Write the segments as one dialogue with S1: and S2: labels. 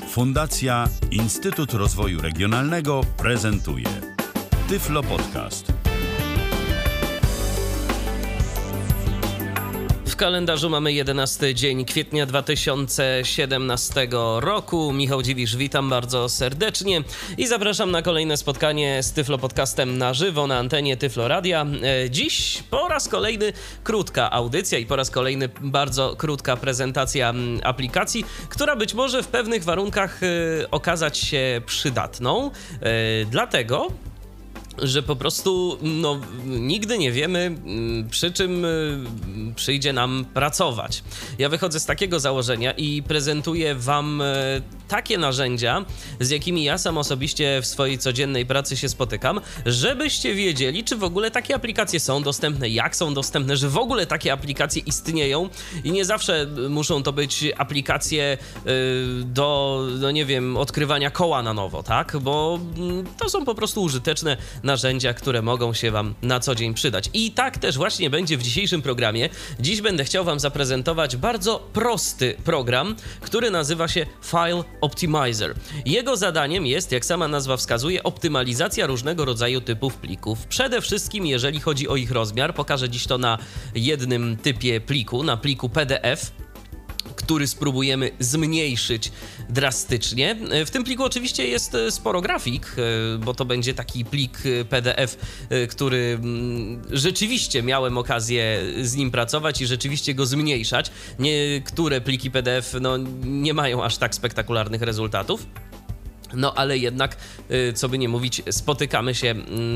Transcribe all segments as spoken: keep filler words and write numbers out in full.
S1: Fundacja Instytut Rozwoju Regionalnego prezentuje Tyflo Podcast.
S2: W kalendarzu mamy jedenasty dzień kwietnia dwa tysiące siedemnastego roku. Michał Dziwisz, witam bardzo serdecznie i zapraszam na kolejne spotkanie z Tyflo Podcastem na żywo na antenie Tyflo Radia. Dziś po raz kolejny krótka audycja i po raz kolejny bardzo krótka prezentacja aplikacji, która być może w pewnych warunkach okazać się przydatną. Dlatego że po prostu no, nigdy nie wiemy, przy czym przyjdzie nam pracować. Ja wychodzę z takiego założenia i prezentuję wam takie narzędzia, z jakimi ja sam osobiście w swojej codziennej pracy się spotykam, żebyście wiedzieli, czy w ogóle takie aplikacje są dostępne, jak są dostępne, że w ogóle takie aplikacje istnieją i nie zawsze muszą to być aplikacje do, no nie wiem, odkrywania koła na nowo, tak? Bo to są po prostu użyteczne narzędzia, które mogą się wam na co dzień przydać. I tak też właśnie będzie w dzisiejszym programie. Dziś będę chciał wam zaprezentować bardzo prosty program, który nazywa się File Optimizer. Jego zadaniem jest, jak sama nazwa wskazuje, optymalizacja różnego rodzaju typów plików. Przede wszystkim, jeżeli chodzi o ich rozmiar, pokażę dziś to na jednym typie pliku, na pliku P D F, który spróbujemy zmniejszyć drastycznie. W tym pliku oczywiście jest sporo grafik, bo to będzie taki plik P D F, który rzeczywiście miałem okazję z nim pracować i rzeczywiście go zmniejszać. Niektóre pliki P D F no, nie mają aż tak spektakularnych rezultatów. No ale jednak, co by nie mówić, spotykamy się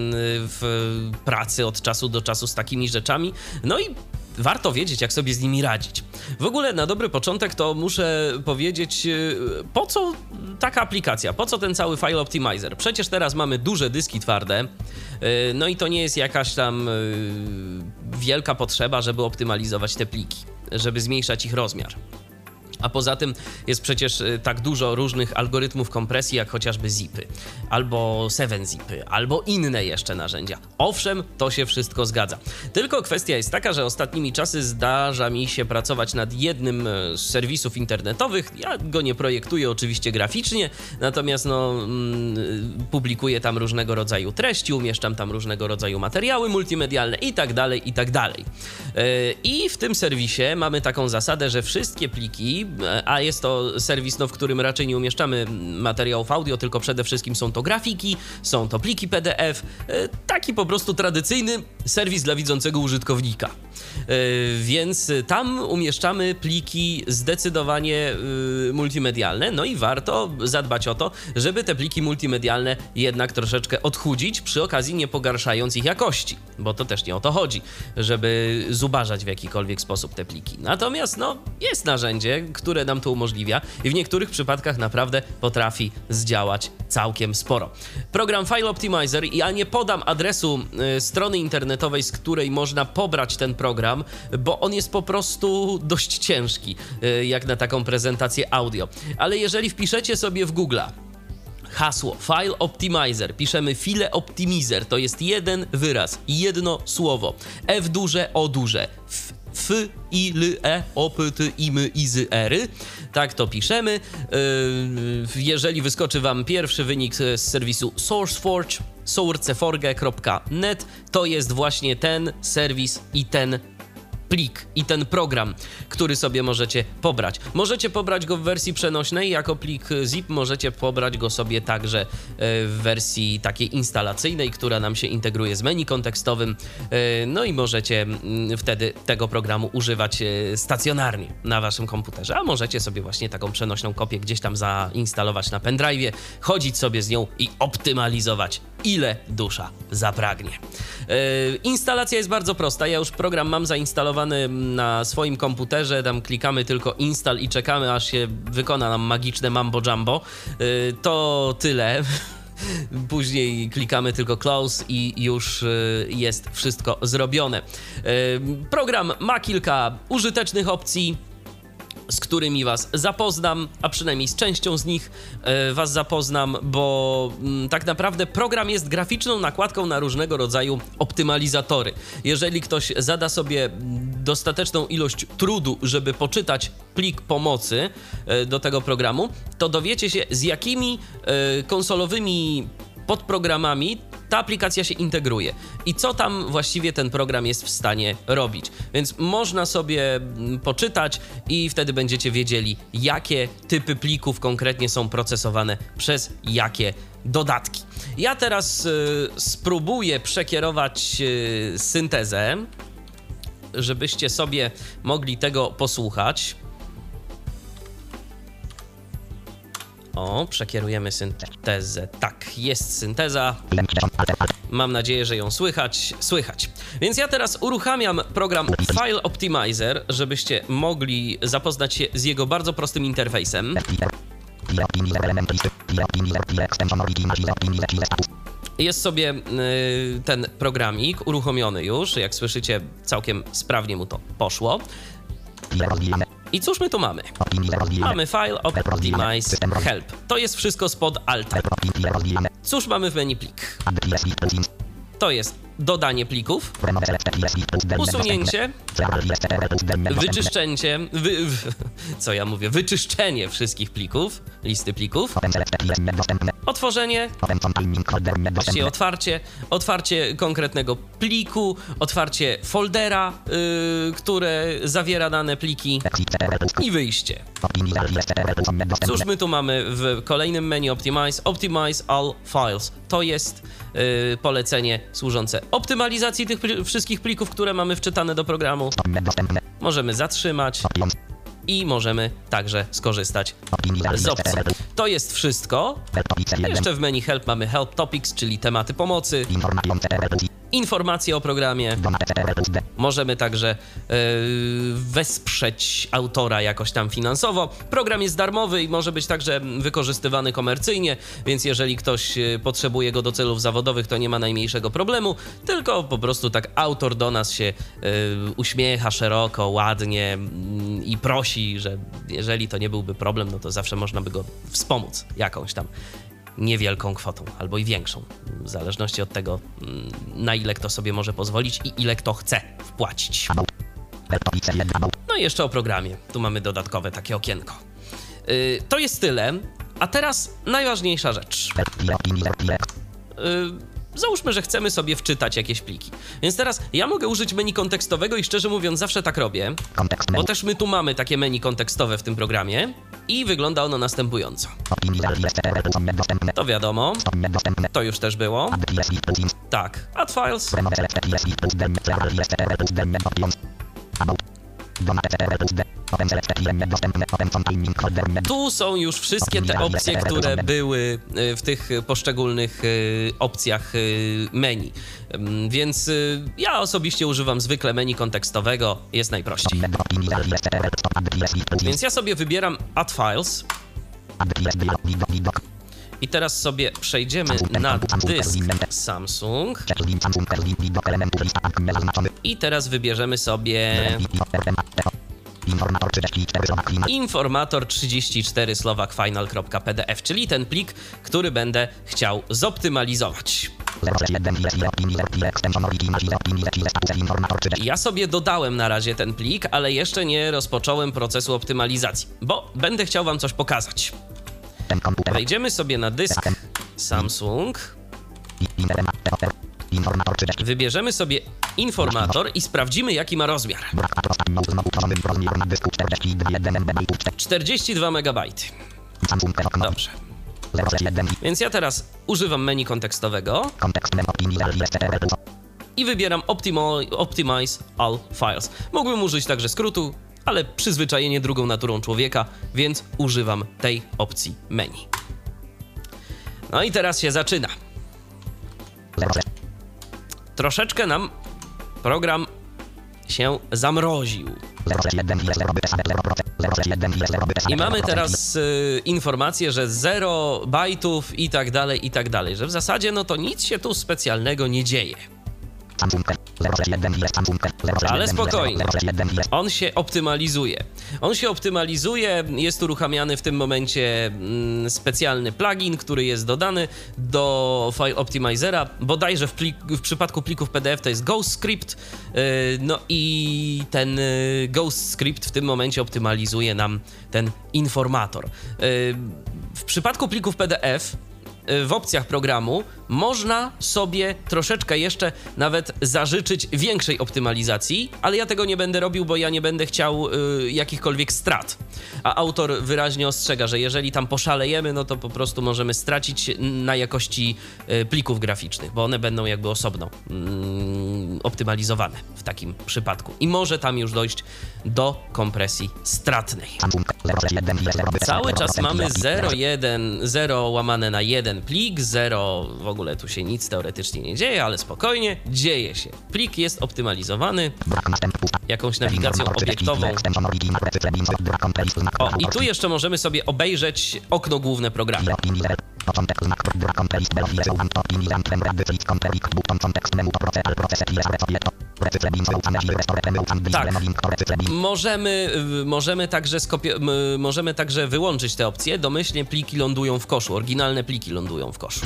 S2: w pracy od czasu do czasu z takimi rzeczami. No i warto wiedzieć, jak sobie z nimi radzić. W ogóle na dobry początek to muszę powiedzieć, po co taka aplikacja, po co ten cały File Optimizer? Przecież teraz mamy duże dyski twarde, no i to nie jest jakaś tam wielka potrzeba, żeby optymalizować te pliki, żeby zmniejszać ich rozmiar. A poza tym jest przecież tak dużo różnych algorytmów kompresji, jak chociażby zipy, albo seven zipy, albo inne jeszcze narzędzia. Owszem, to się wszystko zgadza. Tylko kwestia jest taka, że ostatnimi czasy zdarza mi się pracować nad jednym z serwisów internetowych. Ja go nie projektuję oczywiście graficznie, natomiast no, mm, publikuję tam różnego rodzaju treści, umieszczam tam różnego rodzaju materiały multimedialne i tak dalej, i tak dalej. I w tym serwisie mamy taką zasadę, że wszystkie pliki, a jest to serwis, no, w którym raczej nie umieszczamy materiałów audio, tylko przede wszystkim są to grafiki, są to pliki P D F, taki po prostu tradycyjny serwis dla widzącego użytkownika. Więc tam umieszczamy pliki zdecydowanie multimedialne, no i warto zadbać o to, żeby te pliki multimedialne jednak troszeczkę odchudzić, przy okazji nie pogarszając ich jakości, bo to też nie o to chodzi, żeby zubażać w jakikolwiek sposób te pliki. Natomiast no, jest narzędzie, które nam to umożliwia i w niektórych przypadkach naprawdę potrafi zdziałać całkiem sporo. Program File Optimizer, ja nie podam adresu y, strony internetowej, z której można pobrać ten program, bo on jest po prostu dość ciężki, y, jak na taką prezentację audio. Ale jeżeli wpiszecie sobie w Google'a hasło File Optimizer, piszemy File Optimizer, to jest jeden wyraz, jedno słowo, F duże, O duże, F, F, I, L, E, O, P, T, I, M, I, Z, R. Tak to piszemy. Jeżeli wyskoczy wam pierwszy wynik z serwisu SourceForge, sourceforge kropka net, to jest właśnie ten serwis i ten plik i ten program, który sobie możecie pobrać. Możecie pobrać go w wersji przenośnej jako plik zip, możecie pobrać go sobie także w wersji takiej instalacyjnej, która nam się integruje z menu kontekstowym, no i możecie wtedy tego programu używać stacjonarnie na waszym komputerze, a możecie sobie właśnie taką przenośną kopię gdzieś tam zainstalować na pendrive'ie, chodzić sobie z nią i optymalizować, ile dusza zapragnie. Instalacja jest bardzo prosta, ja już program mam zainstalowany na swoim komputerze, tam klikamy tylko install i czekamy, aż się wykona nam magiczne mambo jumbo. To tyle. Później klikamy tylko close i już jest wszystko zrobione. Program ma kilka użytecznych opcji, z którymi was zapoznam, a przynajmniej z częścią z nich e, was zapoznam, bo m, tak naprawdę program jest graficzną nakładką na różnego rodzaju optymalizatory. Jeżeli ktoś zada sobie dostateczną ilość trudu, żeby poczytać plik pomocy do tego programu, to dowiecie się, z jakimi konsolowymi podprogramami ta aplikacja się integruje i co tam właściwie ten program jest w stanie robić. Więc można sobie poczytać i wtedy będziecie wiedzieli, jakie typy plików konkretnie są procesowane przez jakie dodatki. Ja teraz y, spróbuję przekierować y, syntezę, żebyście sobie mogli tego posłuchać. O, przekierujemy syntezę. Tak, jest synteza. Mam nadzieję, że ją słychać. Słychać. Więc ja teraz uruchamiam program File Optimizer, żebyście mogli zapoznać się z jego bardzo prostym interfejsem. Jest sobie y, ten programik uruchomiony już. Jak słyszycie, całkiem sprawnie mu to poszło. I cóż my tu mamy? Mamy File Optimize Help. To jest wszystko spod Alta. Cóż mamy w menu plik? To jest dodanie plików, usunięcie, wyczyszczenie, wy, co ja mówię, wyczyszczenie wszystkich plików, listy plików, otworzenie, właściwie otwarcie, otwarcie konkretnego pliku, otwarcie foldera, yy, które zawiera dane pliki i wyjście. Cóż my tu mamy w kolejnym menu Optimize? Optimize All Files. To jest yy, polecenie służące optymalizacji tych pl- wszystkich plików, które mamy wczytane do programu. Możemy zatrzymać i możemy także skorzystać z opcji. To jest wszystko. Jeszcze w menu Help mamy Help Topics, czyli tematy pomocy, informacje o programie. Możemy także yy, wesprzeć autora jakoś tam finansowo. Program jest darmowy i może być także wykorzystywany komercyjnie, więc jeżeli ktoś potrzebuje go do celów zawodowych, to nie ma najmniejszego problemu, tylko po prostu tak autor do nas się yy, uśmiecha szeroko, ładnie yy, i prosi, że jeżeli to nie byłby problem, no to zawsze można by go wspomóc jakąś tam niewielką kwotą, albo i większą, w zależności od tego, na ile kto sobie może pozwolić i ile kto chce wpłacić. No i jeszcze o programie. Tu mamy dodatkowe takie okienko. Yy, to jest tyle, a teraz najważniejsza rzecz. Yy, Załóżmy, że chcemy sobie wczytać jakieś pliki. Więc teraz ja mogę użyć menu kontekstowego i szczerze mówiąc zawsze tak robię, bo też my tu mamy takie menu kontekstowe w tym programie i wygląda ono następująco. To wiadomo, to już też było. Tak, add files. Tu są już wszystkie te opcje, które były w tych poszczególnych opcjach menu. Więc ja osobiście używam zwykle menu kontekstowego, jest najprościej. Więc ja sobie wybieram Add Files. I teraz sobie przejdziemy na dysk Samsung. I teraz wybierzemy sobie informator trzydzieści cztery slovak final kropka p d f, czyli ten plik, który będę chciał zoptymalizować. Ja sobie dodałem na razie ten plik, ale jeszcze nie rozpocząłem procesu optymalizacji, bo będę chciał wam coś pokazać. Wejdziemy sobie na dysk Samsung. Wybierzemy sobie informator i sprawdzimy, jaki ma rozmiar. czterdzieści dwa megabajty. Dobrze. Więc ja teraz używam menu kontekstowego i wybieram Optimize All Files. Mógłbym użyć także skrótu, ale przyzwyczajenie drugą naturą człowieka, więc używam tej opcji menu. No i teraz się zaczyna. Troszeczkę nam program się zamroził. I mamy teraz y, informację, że zero bajtów i tak dalej, i tak dalej, że w zasadzie no to nic się tu specjalnego nie dzieje. Ale spokojnie, on się optymalizuje. On się optymalizuje, jest uruchamiany w tym momencie mm, specjalny plugin, który jest dodany do File Optimizera, bodajże w, plik, w przypadku plików P D F to jest Ghostscript, yy, no i ten yy, Ghostscript w tym momencie optymalizuje nam ten informator. Yy, w przypadku plików P D F w opcjach programu można sobie troszeczkę jeszcze nawet zażyczyć większej optymalizacji, ale ja tego nie będę robił, bo ja nie będę chciał y, jakichkolwiek strat. A autor wyraźnie ostrzega, że jeżeli tam poszalejemy, no to po prostu możemy stracić na jakości y, plików graficznych, bo one będą jakby osobno y, optymalizowane w takim przypadku. I może tam już dojść do kompresji stratnej. Cały czas mamy zero jeden, zero łamane na jeden plik, zero, w ogóle tu się nic teoretycznie nie dzieje, ale spokojnie, dzieje się. Plik jest optymalizowany jakąś nawigacją obiektową. O, i tu jeszcze możemy sobie obejrzeć okno główne programu. Tak, możemy, możemy, także skopio- możemy także wyłączyć te opcje. Domyślnie pliki lądują w koszu, oryginalne pliki lądują w koszu.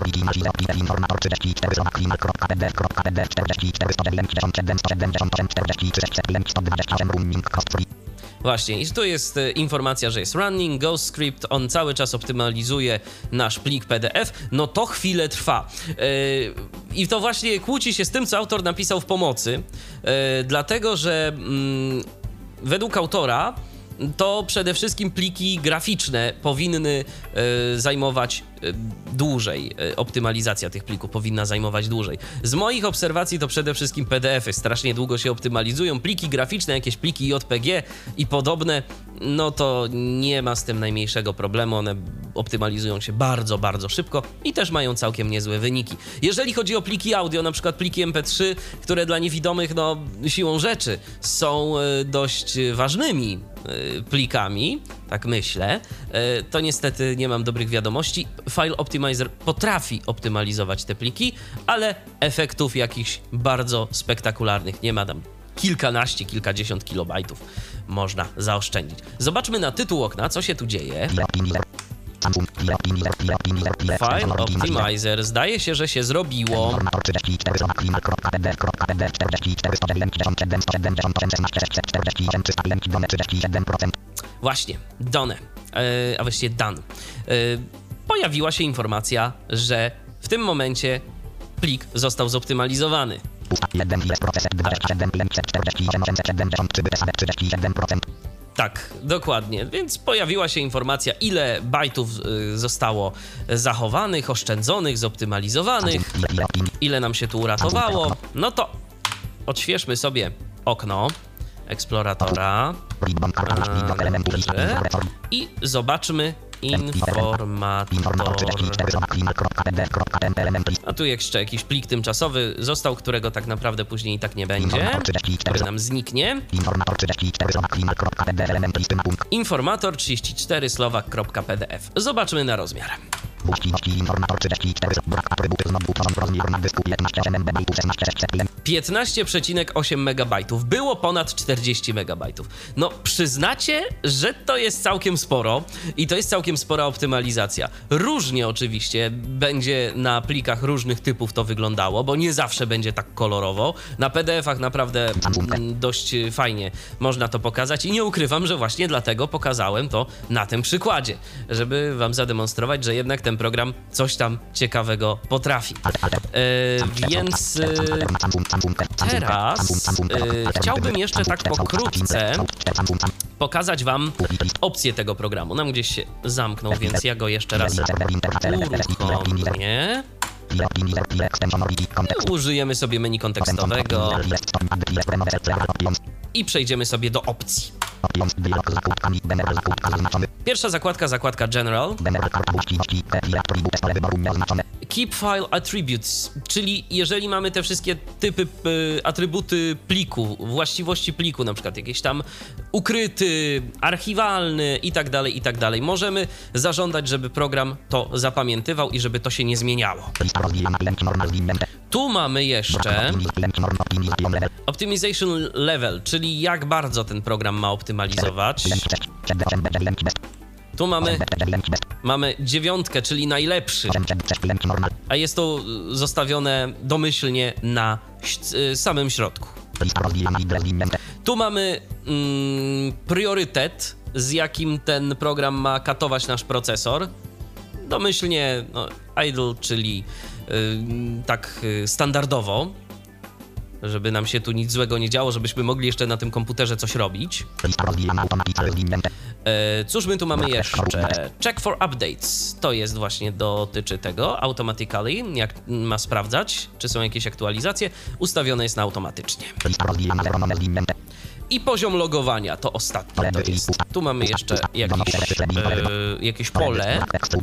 S2: Właśnie, i tu jest informacja, że jest running, Ghostscript, on cały czas optymalizuje nasz plik P D F, no to chwilę trwa. Yy, I to właśnie kłóci się z tym, co autor napisał w pomocy, yy, dlatego że yy, według autora to przede wszystkim pliki graficzne powinny y, zajmować y, dłużej. Y, optymalizacja tych plików powinna zajmować dłużej. Z moich obserwacji to przede wszystkim P D F y strasznie długo się optymalizują. Pliki graficzne, jakieś pliki J P G i podobne, no to nie ma z tym najmniejszego problemu. One optymalizują się bardzo, bardzo szybko i też mają całkiem niezłe wyniki. Jeżeli chodzi o pliki audio, na przykład pliki M P trzy, które dla niewidomych, no siłą rzeczy są y, dość ważnymi plikami, tak myślę, to niestety nie mam dobrych wiadomości. File Optimizer potrafi optymalizować te pliki, ale efektów jakichś bardzo spektakularnych nie ma. Tam kilkanaście, kilkadziesiąt kilobajtów można zaoszczędzić. Zobaczmy na tytuł okna, co się tu dzieje. File Optimizer. Zdaje się, że się zrobiło. Właśnie, done, yy, a właściwie done. Yy, pojawiła się informacja, że w tym momencie plik został zoptymalizowany. Tak, dokładnie. Więc pojawiła się informacja, ile bajtów y, zostało zachowanych, oszczędzonych, zoptymalizowanych, ile nam się tu uratowało. No to odświeżmy sobie okno eksploratora a, i zobaczmy informator. A tu jeszcze jakiś plik tymczasowy został, którego tak naprawdę później i tak nie będzie, który nam zniknie. Informator trzydzieści cztery slovak.pdf. Zobaczmy na rozmiar. piętnaście przecinek osiem megabajtów. Było ponad czterdzieści megabajtów. No, przyznacie, że to jest całkiem sporo i to jest całkiem spora optymalizacja. Różnie oczywiście będzie na plikach różnych typów to wyglądało, bo nie zawsze będzie tak kolorowo. Na P D F-ach naprawdę m, dość fajnie można to pokazać i nie ukrywam, że właśnie dlatego pokazałem to na tym przykładzie, żeby wam zademonstrować, że jednak ten program coś tam ciekawego potrafi. E, więc e, teraz e, chciałbym jeszcze tak pokrótce pokazać wam opcję tego programu. Nam gdzieś się zamknął, więc ja go jeszcze raz uruchomię. Użyjemy sobie menu kontekstowego i przejdziemy sobie do opcji. Pierwsza zakładka, zakładka General. Keep File Attributes, czyli jeżeli mamy te wszystkie typy, y, atrybuty pliku, właściwości pliku, na przykład jakieś tam ukryty, archiwalny i tak dalej, i tak dalej, możemy zażądać, żeby program to zapamiętywał i żeby to się nie zmieniało. Tu mamy jeszcze Optimization Level, czyli jak bardzo ten program ma optymalizować. Tu mamy, mamy dziewiątkę, czyli najlepszy, a jest to zostawione domyślnie na samym środku. Tu mamy mm, priorytet, z jakim ten program ma katować nasz procesor. Domyślnie no, idle, czyli yy, tak yy, standardowo, żeby nam się tu nic złego nie działo, żebyśmy mogli jeszcze na tym komputerze coś robić. E, cóż my tu mamy jeszcze? Check for updates. To jest właśnie, dotyczy tego automatically, jak ma sprawdzać, czy są jakieś aktualizacje. Ustawione jest na automatycznie. I poziom logowania, to ostatnie to jest. Tu mamy jeszcze jakieś, e, jakieś pole.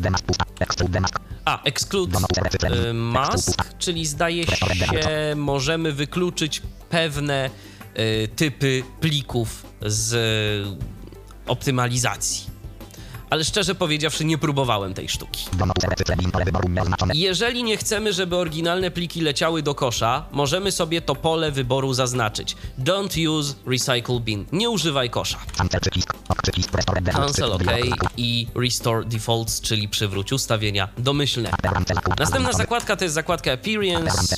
S2: A, exclude e, mask, czyli zdaje się, możemy wykluczyć pewne e, typy plików z optymalizacji. Ale szczerze powiedziawszy, nie próbowałem tej sztuki. Jeżeli nie chcemy, żeby oryginalne pliki leciały do kosza, możemy sobie to pole wyboru zaznaczyć. Don't use recycle bin. Nie używaj kosza. Cancel OK i Restore Defaults, czyli przywróć ustawienia domyślne. Następna zakładka to jest zakładka Appearance.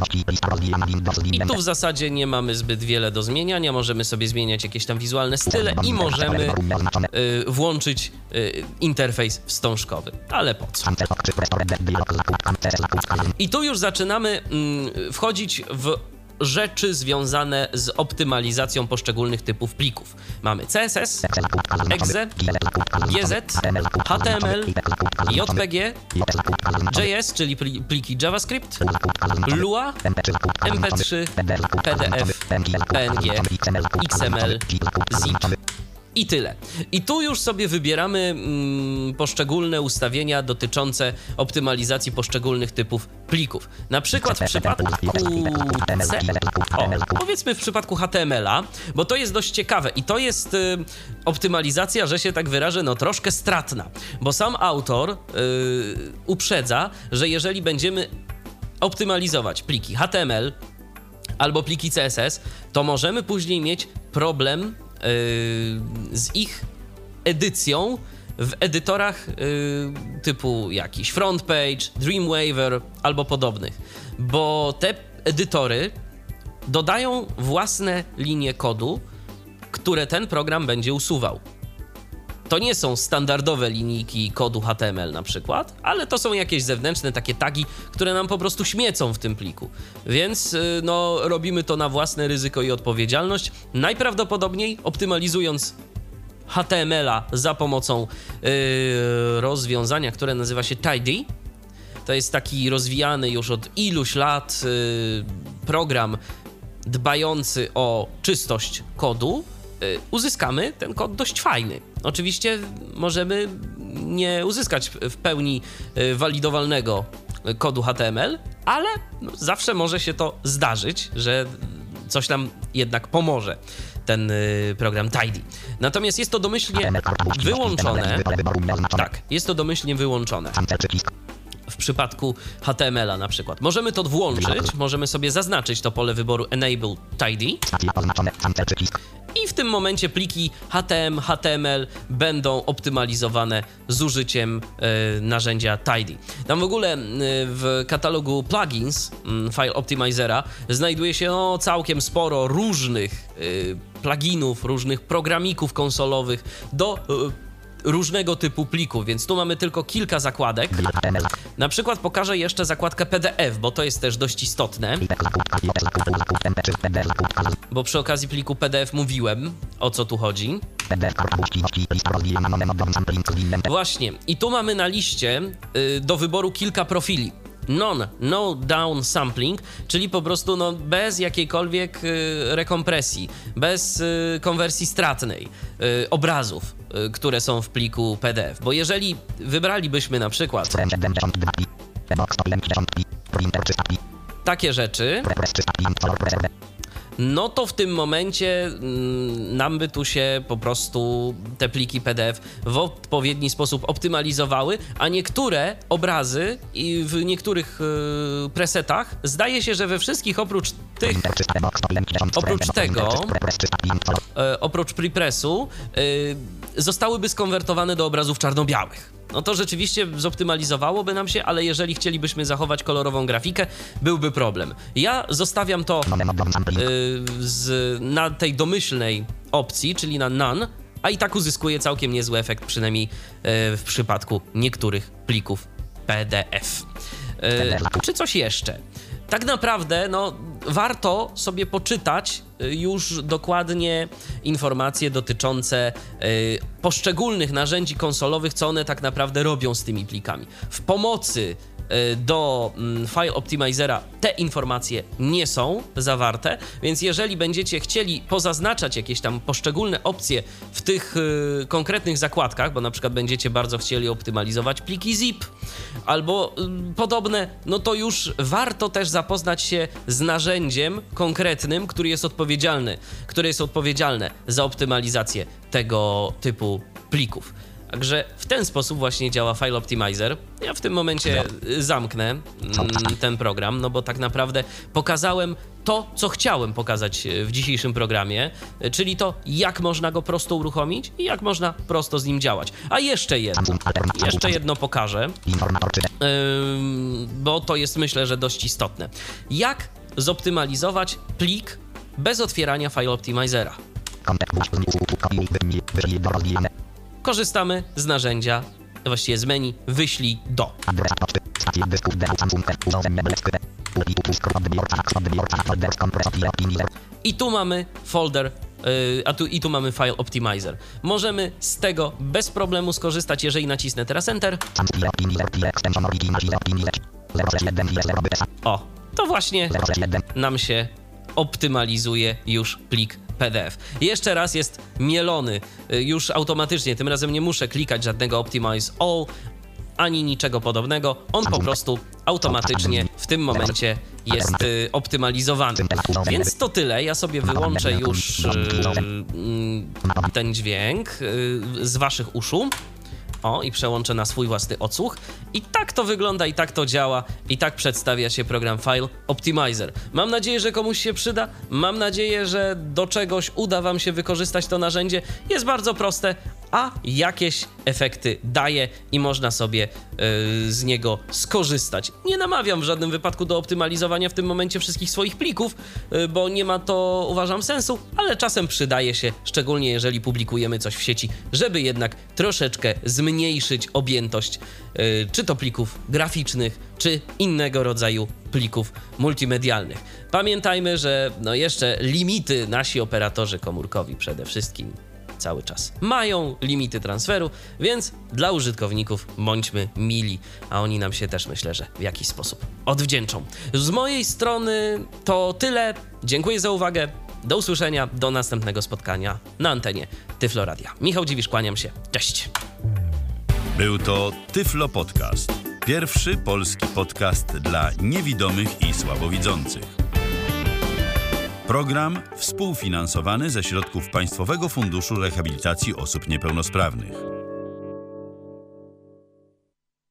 S2: I tu w zasadzie nie mamy zbyt wiele do zmieniania. Możemy sobie zmieniać jakieś tam wizualne style i możemy y, włączyć y, interfejs wstążkowy. Ale po co? I tu już zaczynamy y, wchodzić w rzeczy związane z optymalizacją poszczególnych typów plików. Mamy C S S, exe, G Z, H T M L, J P G, J S, czyli pliki JavaScript, Lua, M P trzy, P D F, P N G, X M L, zip. I tyle. I tu już sobie wybieramy mm, poszczególne ustawienia dotyczące optymalizacji poszczególnych typów plików. Na przykład w przypadku C... o, powiedzmy w przypadku H T M L-a, bo to jest dość ciekawe i to jest y, optymalizacja, że się tak wyrażę, no troszkę stratna, bo sam autor y, uprzedza, że jeżeli będziemy optymalizować pliki H T M L albo pliki C S S, to możemy później mieć problem z ich edycją w edytorach yy, typu jakiś Frontpage, Dreamweaver albo podobnych, bo te edytory dodają własne linie kodu, które ten program będzie usuwał. To nie są standardowe linijki kodu H T M L na przykład, ale to są jakieś zewnętrzne takie tagi, które nam po prostu śmiecą w tym pliku. Więc no, robimy to na własne ryzyko i odpowiedzialność. Najprawdopodobniej optymalizując H T M L-a za pomocą yy, rozwiązania, które nazywa się Tidy. To jest taki rozwijany już od iluś lat yy, program dbający o czystość kodu. Uzyskamy ten kod dość fajny. Oczywiście możemy nie uzyskać w pełni walidowalnego kodu H T M L, ale no, zawsze może się to zdarzyć, że coś nam jednak pomoże ten program Tidy. Natomiast jest to domyślnie wyłączone. Tak, jest to domyślnie wyłączone. W przypadku H T M L-a na przykład. Możemy to włączyć, możemy sobie zaznaczyć to pole wyboru Enable Tidy i w tym momencie pliki H T M L, H T M L będą optymalizowane z użyciem y, narzędzia Tidy. Tam w ogóle y, w katalogu plugins y, File Optimizera znajduje się no, całkiem sporo różnych y, pluginów, różnych programików konsolowych do y, różnego typu plików, więc tu mamy tylko kilka zakładek. Na przykład pokażę jeszcze zakładkę P D F, bo to jest też dość istotne. Bo przy okazji pliku P D F mówiłem, o co tu chodzi. Właśnie, i tu mamy na liście y, do wyboru kilka profili. Non, no down sampling, czyli po prostu no, bez jakiejkolwiek y, rekompresji, bez y, konwersji stratnej y, obrazów, y, które są w pliku P D F. Bo jeżeli wybralibyśmy na przykład takie rzeczy, no to w tym momencie mm, nam by tu się po prostu te pliki P D F w odpowiedni sposób optymalizowały, a niektóre obrazy i w niektórych y, presetach zdaje się, że we wszystkich oprócz tych, oprócz tego, y, oprócz prepressu, y, zostałyby skonwertowane do obrazów czarno-białych. No to rzeczywiście zoptymalizowałoby nam się, ale jeżeli chcielibyśmy zachować kolorową grafikę, byłby problem. Ja zostawiam to yy, z, na tej domyślnej opcji, czyli na None, a i tak uzyskuję całkiem niezły efekt, przynajmniej yy, w przypadku niektórych plików P D F. Yy, czy coś jeszcze? Tak naprawdę, no, warto sobie poczytać już dokładnie informacje dotyczące y, poszczególnych narzędzi konsolowych, co one tak naprawdę robią z tymi plikami. W pomocy y, do y, File Optimizera te informacje nie są zawarte, więc jeżeli będziecie chcieli pozaznaczać jakieś tam poszczególne opcje w tych y, konkretnych zakładkach, bo na przykład będziecie bardzo chcieli optymalizować pliki zip albo y, podobne, no to już warto też zapoznać się z narzędziem konkretnym, który jest odpowiedzialny, które jest odpowiedzialne za optymalizację tego typu plików. Także w ten sposób właśnie działa File Optimizer. Ja w tym momencie zamknę mm, ten program, no bo tak naprawdę pokazałem to, co chciałem pokazać w dzisiejszym programie, czyli to, jak można go prosto uruchomić i jak można prosto z nim działać. A jeszcze jedno, jeszcze jedno pokażę, yy, bo to jest, myślę, że dość istotne. Jak zoptymalizować plik bez otwierania File Optimizera? Korzystamy z narzędzia, właściwie z menu wyślij do. I tu mamy folder, yy, a tu, i tu mamy File Optimizer. Możemy z tego bez problemu skorzystać, jeżeli nacisnę teraz Enter. O, to właśnie nam się optymalizuje już plik P D F. Jeszcze raz jest mielony już automatycznie, tym razem nie muszę klikać żadnego Optimize All, ani niczego podobnego, on po prostu automatycznie w tym momencie jest y, optymalizowany. Więc to tyle, ja sobie wyłączę już y, y, ten dźwięk y, z waszych uszu. O, i przełączę na swój własny odsłuch. I tak to wygląda, i tak to działa, i tak przedstawia się program File Optimizer. Mam nadzieję, że komuś się przyda. Mam nadzieję, że do czegoś uda wam się wykorzystać to narzędzie. Jest bardzo proste, a jakieś efekty daje i można sobie yy, z niego skorzystać. Nie namawiam w żadnym wypadku do optymalizowania w tym momencie wszystkich swoich plików, yy, bo nie ma to, uważam, sensu, ale czasem przydaje się, szczególnie jeżeli publikujemy coś w sieci, żeby jednak troszeczkę zmniejszyć objętość yy, czy to plików graficznych, czy innego rodzaju plików multimedialnych. Pamiętajmy, że no jeszcze limity nasi operatorzy komórkowi przede wszystkim cały czas mają limity transferu, więc dla użytkowników bądźmy mili, a oni nam się też, myślę, że w jakiś sposób odwdzięczą. Z mojej strony to tyle. Dziękuję za uwagę. Do usłyszenia, do następnego spotkania na antenie Tyflo Radia. Michał Dziwisz, kłaniam się. Cześć.
S1: Był to Tyflo Podcast. Pierwszy polski podcast dla niewidomych i słabowidzących. Program współfinansowany ze środków Państwowego Funduszu Rehabilitacji Osób Niepełnosprawnych.